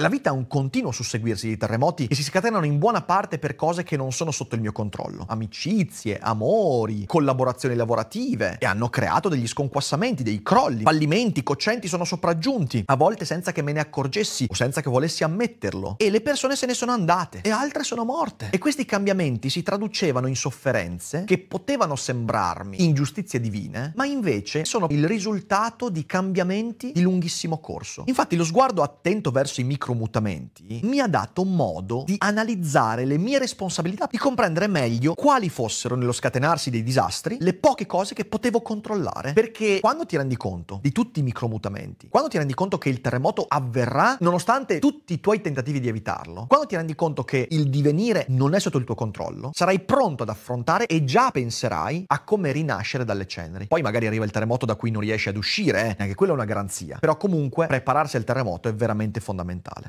La vita è un continuo susseguirsi di terremoti che si scatenano in buona parte per cose che non sono sotto il mio controllo. Amicizie, amori, collaborazioni lavorative, e hanno creato degli sconquassamenti, dei crolli, fallimenti, cocenti sono sopraggiunti, a volte senza che me ne accorgessi o senza che volessi ammetterlo. E le persone se ne sono andate e altre sono morte. E questi cambiamenti si traducevano in sofferenze che potevano sembrarmi ingiustizie divine, ma invece sono il risultato di cambiamenti di lunghissimo corso. Infatti lo sguardo attento verso i micromutamenti mi ha dato modo di analizzare le mie responsabilità, di comprendere meglio quali fossero nello scatenarsi dei disastri le poche cose che potevo controllare. Perché quando ti rendi conto di tutti i micromutamenti, quando ti rendi conto che il terremoto avverrà nonostante tutti i tuoi tentativi di evitarlo, quando ti rendi conto che il divenire non è sotto il tuo controllo, sarai pronto ad affrontare e già penserai a come rinascere dalle ceneri. Poi magari arriva il terremoto da cui non riesci ad uscire, anche quella è una garanzia. Però comunque prepararsi al terremoto è veramente fondamentale.